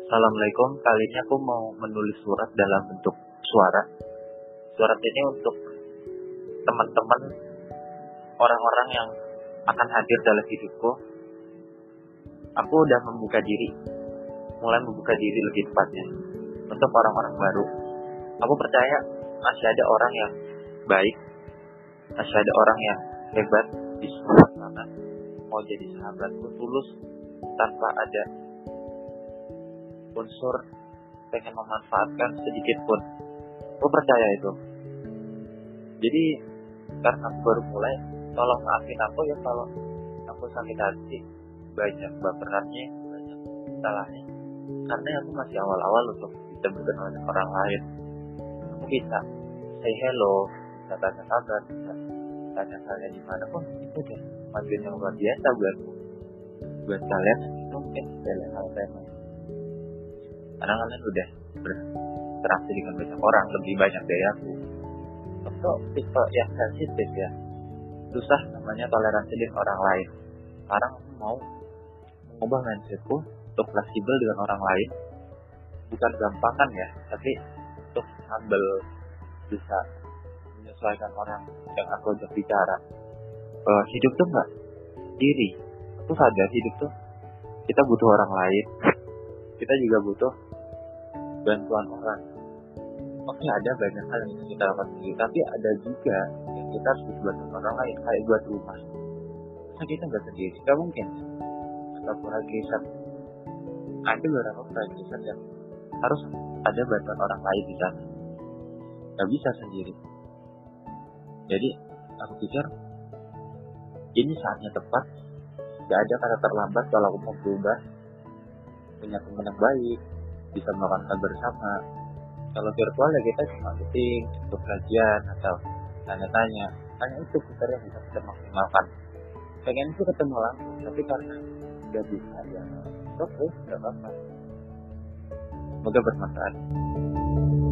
Assalamualaikum, kali ini aku mau menulis surat dalam bentuk suara. Surat ini untuk teman-teman, orang-orang yang akan hadir dalam hidupku. Aku udah mulai membuka diri lebih tepatnya untuk orang-orang baru. Aku percaya masih ada orang yang baik, masih ada orang yang hebat di seluruh sana, mau jadi sahabatku tulus tanpa ada unsur pengen memanfaatkan sedikit pun. Aku percaya itu. Jadi karena aku baru mulai, tolong maafin aku ya kalau aku sakit hati, banyak baperannya, banyak salahnya. Karena aku masih awal-awal untuk bisa berkenal dengan orang lain. Aku bisa say hello, bisa tanya kabar, bisa tanya di mana pun, itu deh majuan yang luar biasa buatku. Buat kalian itu mungkin sepele hal remeh. Karena kalian udah berinteraksi dengan banyak orang, lebih banyak dari aku. Untuk tipe yang sensitif ya, susah namanya toleransi dengan orang lain. Sekarang aku mau mengubah mindsetku untuk fleksibel dengan orang lain. Bukan gampang kan ya, tapi untuk humble, bisa menyesuaikan orang yang aku ajak bicara. Hidup tuh nggak diri. Aku sadar hidup tuh kita butuh orang lain. Kita juga butuh bantuan orang. Oke, ada banyak hal yang bisa kita lakukan sendiri, tapi ada juga yang kita harus butuh bantuan orang lain, kayak buat rumah. Masa kita nggak sendiri? Nggak mungkin. Atau proyek riset, ada beberapa proyek riset yang harus ada bantuan orang lain di sana. Nggak bisa sendiri. Jadi aku pikir ini saatnya tepat. Nggak ada kata terlambat kalau aku mau berubah, punya teman yang baik, bisa melakukan hal bersama. Kalau virtual ya kita cuma meeting, untuk kajian atau tanya-tanya. Hanya itu fitur yang bisa kita maksimalkan. Pengen itu ketemu langsung, tapi karena udah bisa ya, oke, nggak apa-apa. Semoga bermanfaat.